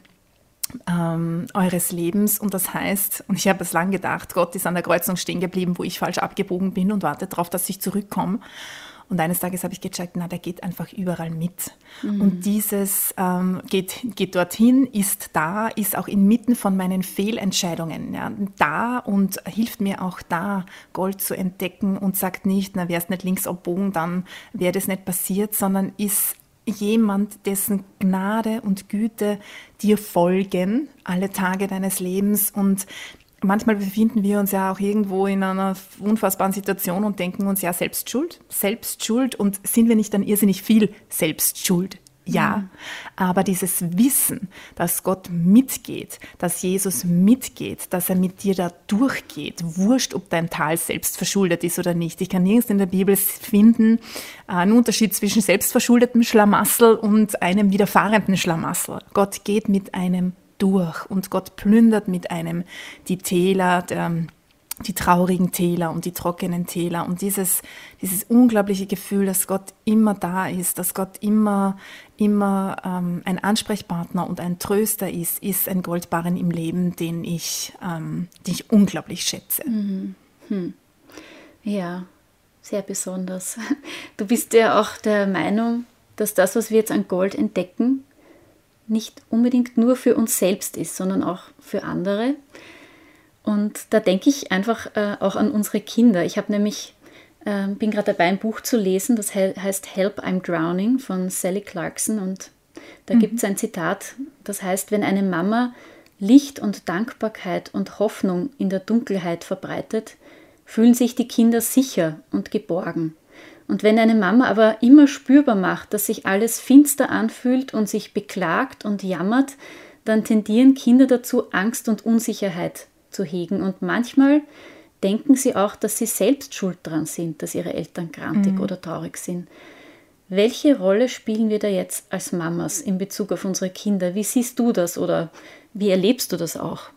Ähm, eures Lebens, und das heißt, und ich habe es lang gedacht, Gott ist an der Kreuzung stehen geblieben, wo ich falsch abgebogen bin und wartet darauf, dass ich zurückkomme. Und eines Tages habe ich gecheckt, na, der geht einfach überall mit. Mhm. Und dieses ähm, geht, geht dorthin, ist da, ist auch inmitten von meinen Fehlentscheidungen ja, da und hilft mir auch da, Gold zu entdecken und sagt nicht, na, wär's nicht links abbogen, dann wäre das nicht passiert, sondern ist jemand, dessen Gnade und Güte dir folgen, alle Tage deines Lebens. Und manchmal befinden wir uns ja auch irgendwo in einer unfassbaren Situation und denken uns, ja, Selbstschuld, Selbstschuld. Und sind wir nicht dann irrsinnig viel Selbstschuld? Ja, mhm. aber dieses Wissen, dass Gott mitgeht, dass Jesus mitgeht, dass er mit dir da durchgeht, wurscht, ob dein Tal selbst verschuldet ist oder nicht. Ich kann nirgends in der Bibel finden einen Unterschied zwischen selbstverschuldetem Schlamassel und einem widerfahrenden Schlamassel. Gott geht mit einem durch und Gott plündert mit einem die Täler, der die traurigen Täler und die trockenen Täler und dieses, dieses unglaubliche Gefühl, dass Gott immer da ist, dass Gott immer, immer ähm, ein Ansprechpartner und ein Tröster ist, ist ein Goldbarren im Leben, den ich, ähm, den ich unglaublich schätze.
Mhm. Hm. Ja, sehr besonders. Du bist ja auch der Meinung, dass das, was wir jetzt an Gold entdecken, nicht unbedingt nur für uns selbst ist, sondern auch für andere. Und da denke ich einfach äh, auch an unsere Kinder. Ich habe nämlich, äh, bin gerade dabei, ein Buch zu lesen, das he- heißt Help, I'm Drowning von Sally Clarkson. Und da mhm. gibt es ein Zitat, das heißt, wenn eine Mama Licht und Dankbarkeit und Hoffnung in der Dunkelheit verbreitet, fühlen sich die Kinder sicher und geborgen. Und wenn eine Mama aber immer spürbar macht, dass sich alles finster anfühlt und sich beklagt und jammert, dann tendieren Kinder dazu, Angst und Unsicherheit zu hegen. Und manchmal denken sie auch, dass sie selbst schuld dran sind, dass ihre Eltern grantig mhm. oder traurig sind. Welche Rolle spielen wir da jetzt als Mamas in Bezug auf unsere Kinder? Wie siehst du das oder wie erlebst du das auch?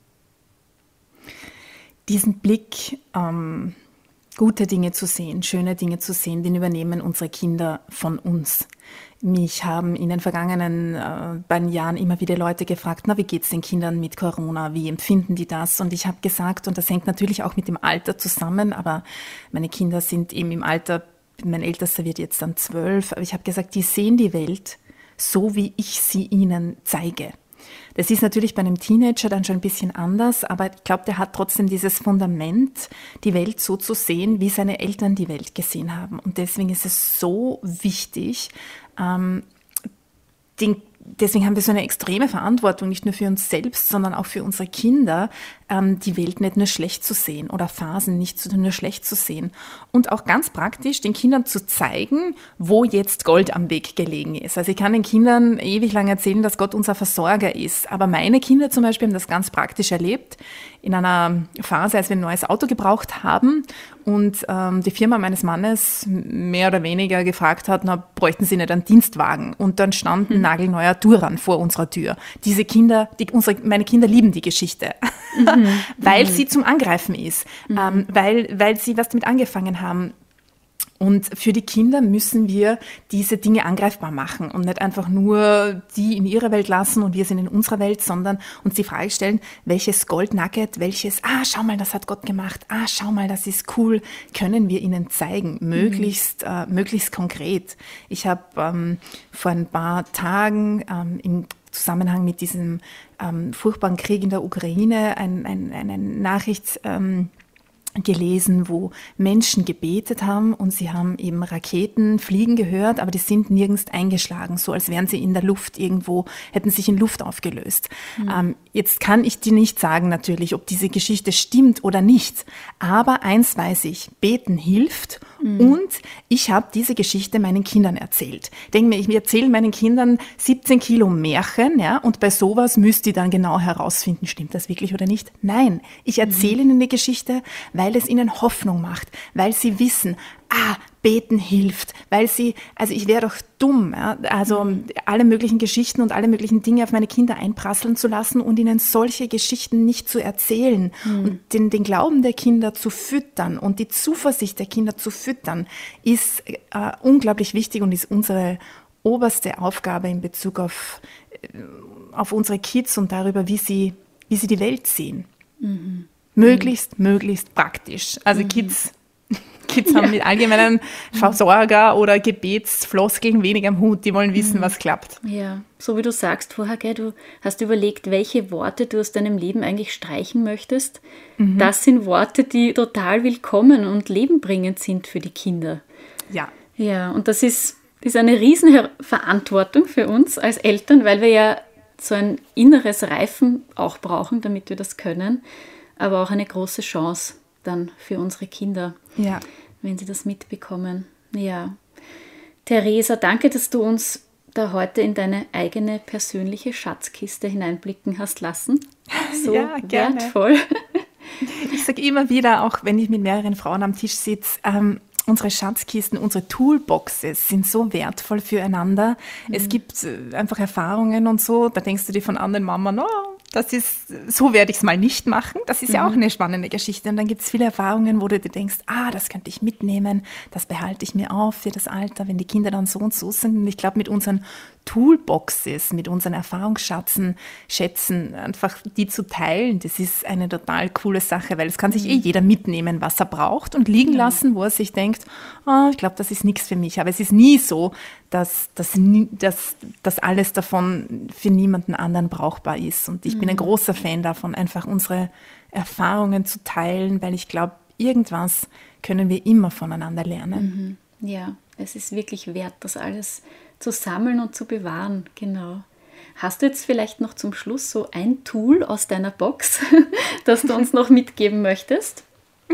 Diesen Blick, ähm, gute Dinge zu sehen, schöne Dinge zu sehen, den übernehmen unsere Kinder von uns. Mich haben in den vergangenen äh, beiden Jahren immer wieder Leute gefragt, na, wie geht's den Kindern mit Corona, wie empfinden die das? Und ich habe gesagt, und das hängt natürlich auch mit dem Alter zusammen, aber meine Kinder sind eben im Alter, mein Ältester wird jetzt dann zwölf, aber ich habe gesagt, die sehen die Welt so, wie ich sie ihnen zeige. Das ist natürlich bei einem Teenager dann schon ein bisschen anders, aber ich glaube, der hat trotzdem dieses Fundament, die Welt so zu sehen, wie seine Eltern die Welt gesehen haben. Und deswegen ist es so wichtig, ähm, den, deswegen haben wir so eine extreme Verantwortung, nicht nur für uns selbst, sondern auch für unsere Kinder, ähm, die Welt nicht nur schlecht zu sehen oder Phasen nicht nur schlecht zu sehen. Und auch ganz praktisch den Kindern zu zeigen, wo jetzt Gold am Weg gelegen ist. Also ich kann den Kindern ewig lang erzählen, dass Gott unser Versorger ist. Aber meine Kinder zum Beispiel haben das ganz praktisch erlebt. In einer Phase, als wir ein neues Auto gebraucht haben und ähm, die Firma meines Mannes mehr oder weniger gefragt hat, na, bräuchten sie nicht einen Dienstwagen? Und dann stand ein mhm. nagelneuer Touran vor unserer Tür. Diese Kinder, die, unsere, meine Kinder lieben die Geschichte, mhm. weil mhm. sie zum Angreifen ist, mhm. ähm, weil, weil sie was damit angefangen haben. Und für die Kinder müssen wir diese Dinge angreifbar machen und nicht einfach nur die in ihrer Welt lassen und wir sind in unserer Welt, sondern uns die Frage stellen, welches Goldnugget, welches, ah, schau mal, das hat Gott gemacht, ah, schau mal, das ist cool, können wir ihnen zeigen, möglichst, mhm. äh, möglichst konkret. Ich habe ähm, vor ein paar Tagen ähm, im Zusammenhang mit diesem ähm, furchtbaren Krieg in der Ukraine ein, ein, eine Nachricht ähm, gelesen, wo Menschen gebetet haben und sie haben eben Raketen fliegen gehört, aber die sind nirgends eingeschlagen, so als wären sie in der Luft irgendwo, hätten sich in Luft aufgelöst. Mhm. Ähm, jetzt kann ich dir nicht sagen natürlich, ob diese Geschichte stimmt oder nicht, aber eins weiß ich, beten hilft mhm. und ich habe diese Geschichte meinen Kindern erzählt. Denke mir, ich erzähle meinen Kindern siebzehn Kilo Märchen, ja, und bei sowas müsst ihr dann genau herausfinden, stimmt das wirklich oder nicht? Nein, ich erzähle mhm. ihnen die Geschichte, weil es ihnen Hoffnung macht, weil sie wissen, ah, beten hilft, weil sie, also ich wäre doch dumm, ja, also mhm. alle möglichen Geschichten und alle möglichen Dinge auf meine Kinder einprasseln zu lassen und ihnen solche Geschichten nicht zu erzählen mhm. und den, den Glauben der Kinder zu füttern und die Zuversicht der Kinder zu füttern, ist äh, unglaublich wichtig und ist unsere oberste Aufgabe in Bezug auf, auf unsere Kids und darüber, wie sie, wie sie die Welt sehen. Mhm. Möglichst, mhm. möglichst praktisch. Also mhm. Kids, Kids haben ja. mit allgemeinen Versorger- oder Gebetsfloskeln wenig am Hut. Die wollen wissen, mhm. was klappt.
Ja, so wie du sagst vorher, gell, du hast überlegt, welche Worte du aus deinem Leben eigentlich streichen möchtest. Mhm. Das sind Worte, die total willkommen und lebenbringend sind für die Kinder.
Ja.
Ja, und das ist, ist eine riesen Verantwortung für uns als Eltern, weil wir ja so ein inneres Reifen auch brauchen, damit wir das können. Aber auch eine große Chance dann für unsere Kinder,
ja.
wenn sie das mitbekommen. Ja. Theresa, danke, dass du uns da heute in deine eigene persönliche Schatzkiste hineinblicken hast lassen. So
ja, gerne.
Wertvoll.
Ich sage immer wieder, auch wenn ich mit mehreren Frauen am Tisch sitze, ähm, unsere Schatzkisten, unsere Toolboxes sind so wertvoll füreinander. Mhm. Es gibt einfach Erfahrungen und so, da denkst du dir von anderen Mama, no, das ist, so werde ich es mal nicht machen. Das ist mhm. ja auch eine spannende Geschichte. Und dann gibt es viele Erfahrungen, wo du dir denkst, ah, das könnte ich mitnehmen, das behalte ich mir auf für das Alter, wenn die Kinder dann so und so sind. Und ich glaube, mit unseren Toolboxes, mit unseren Erfahrungsschatzen, Schätzen, einfach die zu teilen, das ist eine total coole Sache, weil es kann sich eh jeder mitnehmen, was er braucht und liegen ja. lassen, wo er sich denkt, oh, ich glaube, das ist nichts für mich. Aber es ist nie so, dass, dass, dass, dass alles davon für niemanden anderen brauchbar ist. Und ich mhm. bin ein großer Fan davon, einfach unsere Erfahrungen zu teilen, weil ich glaube, irgendwas können wir immer voneinander lernen.
Mhm. Ja, es ist wirklich wert, das alles zu sammeln und zu bewahren, genau. Hast du jetzt vielleicht noch zum Schluss so ein Tool aus deiner Box, das du uns noch mitgeben möchtest?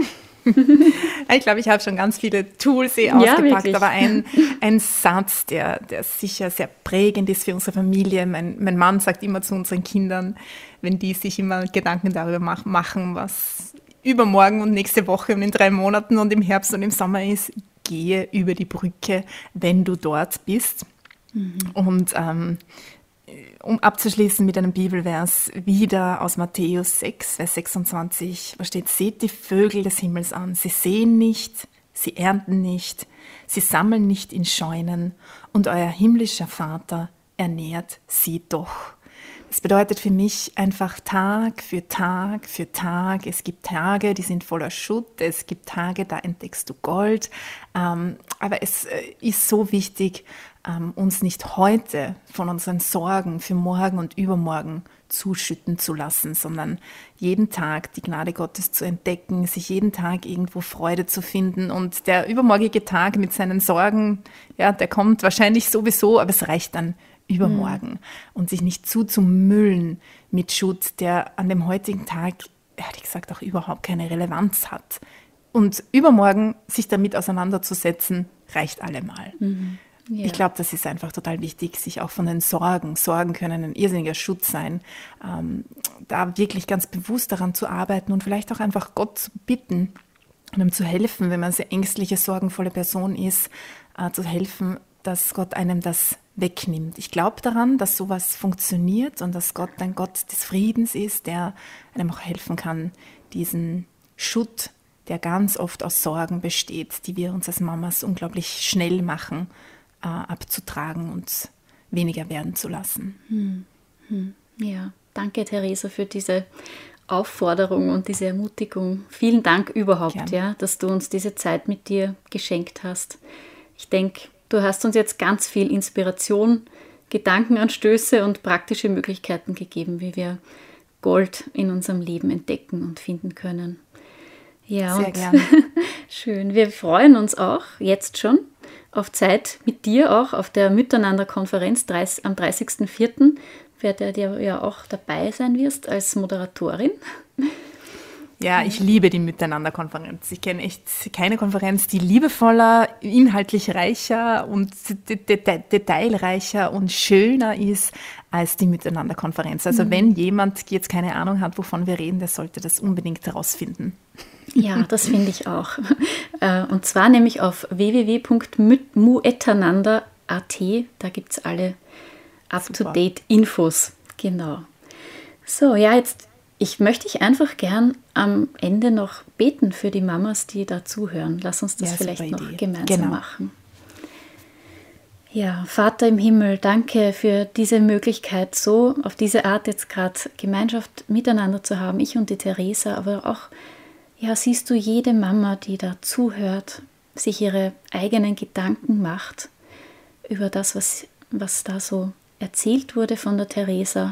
Ich glaube, ich habe schon ganz viele Tools eh ausgepackt, ja, aber ein, ein Satz, der, der sicher sehr prägend ist für unsere Familie. Mein, mein Mann sagt immer zu unseren Kindern, wenn die sich immer Gedanken darüber mach, machen, was übermorgen und nächste Woche und in drei Monaten und im Herbst und im Sommer ist, gehe über die Brücke, wenn du dort bist. Mhm. Und ähm, um abzuschließen mit einem Bibelvers, wieder aus Matthäus sechs, Vers sechsundzwanzig, wo steht, seht die Vögel des Himmels an, sie säen nicht, sie ernten nicht, sie sammeln nicht in Scheunen und euer himmlischer Vater ernährt sie doch. Das bedeutet für mich einfach Tag für Tag für Tag. Es gibt Tage, die sind voller Schutt, es gibt Tage, da entdeckst du Gold. Ähm, aber es ist so wichtig, ähm, uns nicht heute von unseren Sorgen für morgen und übermorgen zuschütten zu lassen, sondern jeden Tag die Gnade Gottes zu entdecken, sich jeden Tag irgendwo Freude zu finden. Und der übermorgige Tag mit seinen Sorgen, ja, der kommt wahrscheinlich sowieso, aber es reicht dann übermorgen mhm. und sich nicht zuzumüllen mit Schutt, der an dem heutigen Tag, ehrlich gesagt, auch überhaupt keine Relevanz hat. Und übermorgen sich damit auseinanderzusetzen, reicht allemal. Mhm. Ja. Ich glaube, das ist einfach total wichtig, sich auch von den Sorgen, Sorgen können ein irrsinniger Schutz sein, ähm, da wirklich ganz bewusst daran zu arbeiten und vielleicht auch einfach Gott zu bitten und ihm zu helfen, wenn man eine sehr ängstliche, sorgenvolle Person ist, äh, zu helfen, dass Gott einem das wegnimmt. Ich glaube daran, dass sowas funktioniert und dass Gott ein Gott des Friedens ist, der einem auch helfen kann, diesen Schutt, der ganz oft aus Sorgen besteht, die wir uns als Mamas unglaublich schnell machen, äh, abzutragen und weniger werden zu lassen.
Hm. Hm. Ja, danke Theresa für diese Aufforderung und diese Ermutigung. Vielen Dank überhaupt, ja, dass du uns diese Zeit mit dir geschenkt hast. Ich denke, du hast uns jetzt ganz viel Inspiration, Gedankenanstöße und praktische Möglichkeiten gegeben, wie wir Gold in unserem Leben entdecken und finden können. Ja,
sehr
und
gerne.
Schön. Wir freuen uns auch jetzt schon auf Zeit mit dir auch auf der Miteinander-Konferenz am dreißigsten vierten, bei der du ja auch dabei sein wirst als Moderatorin.
Ja, ich liebe die Miteinander-Konferenz. Ich kenne echt keine Konferenz, die liebevoller, inhaltlich reicher und detailreicher und schöner ist als die Miteinander-Konferenz. Also mhm. wenn jemand jetzt keine Ahnung hat, wovon wir reden, der sollte das unbedingt herausfinden.
Ja, das finde ich auch. Und zwar nämlich auf w w w punkt mueteinander punkt a t. Da gibt es alle Up-to-Date-Infos. Genau. So, ja, jetzt ich möchte dich einfach gern am Ende noch beten für die Mamas, die da zuhören. Lass uns das ja, vielleicht noch Idee. gemeinsam genau. machen. Ja, Vater im Himmel, danke für diese Möglichkeit, so auf diese Art jetzt gerade Gemeinschaft miteinander zu haben, ich und die Theresa, aber auch, ja, siehst du jede Mama, die da zuhört, sich ihre eigenen Gedanken macht über das, was, was da so erzählt wurde von der Theresa.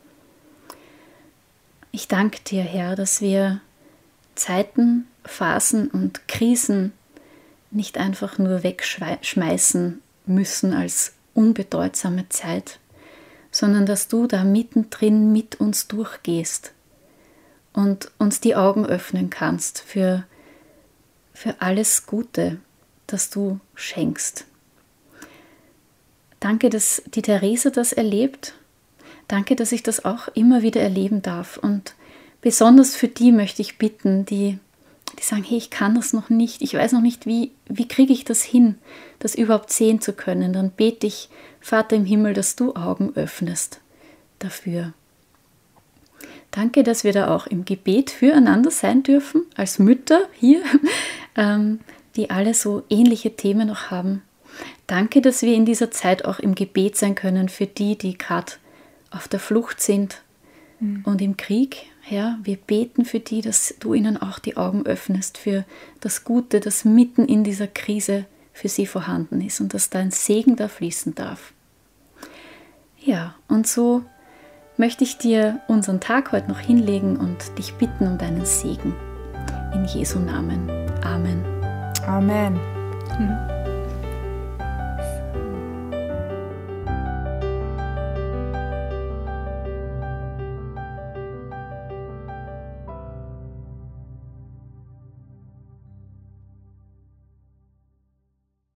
Ich danke dir, Herr, dass wir Zeiten, Phasen und Krisen nicht einfach nur wegschmeißen müssen als unbedeutsame Zeit, sondern dass du da mittendrin mit uns durchgehst und uns die Augen öffnen kannst für, für alles Gute, das du schenkst. Danke, dass die Theresa das erlebt. Danke, dass ich das auch immer wieder erleben darf. Und besonders für die möchte ich bitten, die, die sagen, hey, ich kann das noch nicht, ich weiß noch nicht, wie, wie kriege ich das hin, das überhaupt sehen zu können. Dann bete ich, Vater im Himmel, dass du Augen öffnest dafür. Danke, dass wir da auch im Gebet füreinander sein dürfen, als Mütter hier, ähm, die alle so ähnliche Themen noch haben. Danke, dass wir in dieser Zeit auch im Gebet sein können für die, die gerade auf der Flucht sind mhm. und im Krieg. Ja, wir beten für die, dass du ihnen auch die Augen öffnest für das Gute, das mitten in dieser Krise für sie vorhanden ist und dass dein Segen da fließen darf. Ja, und so möchte ich dir unseren Tag heute noch hinlegen und dich bitten um deinen Segen. In Jesu Namen. Amen.
Amen. Mhm.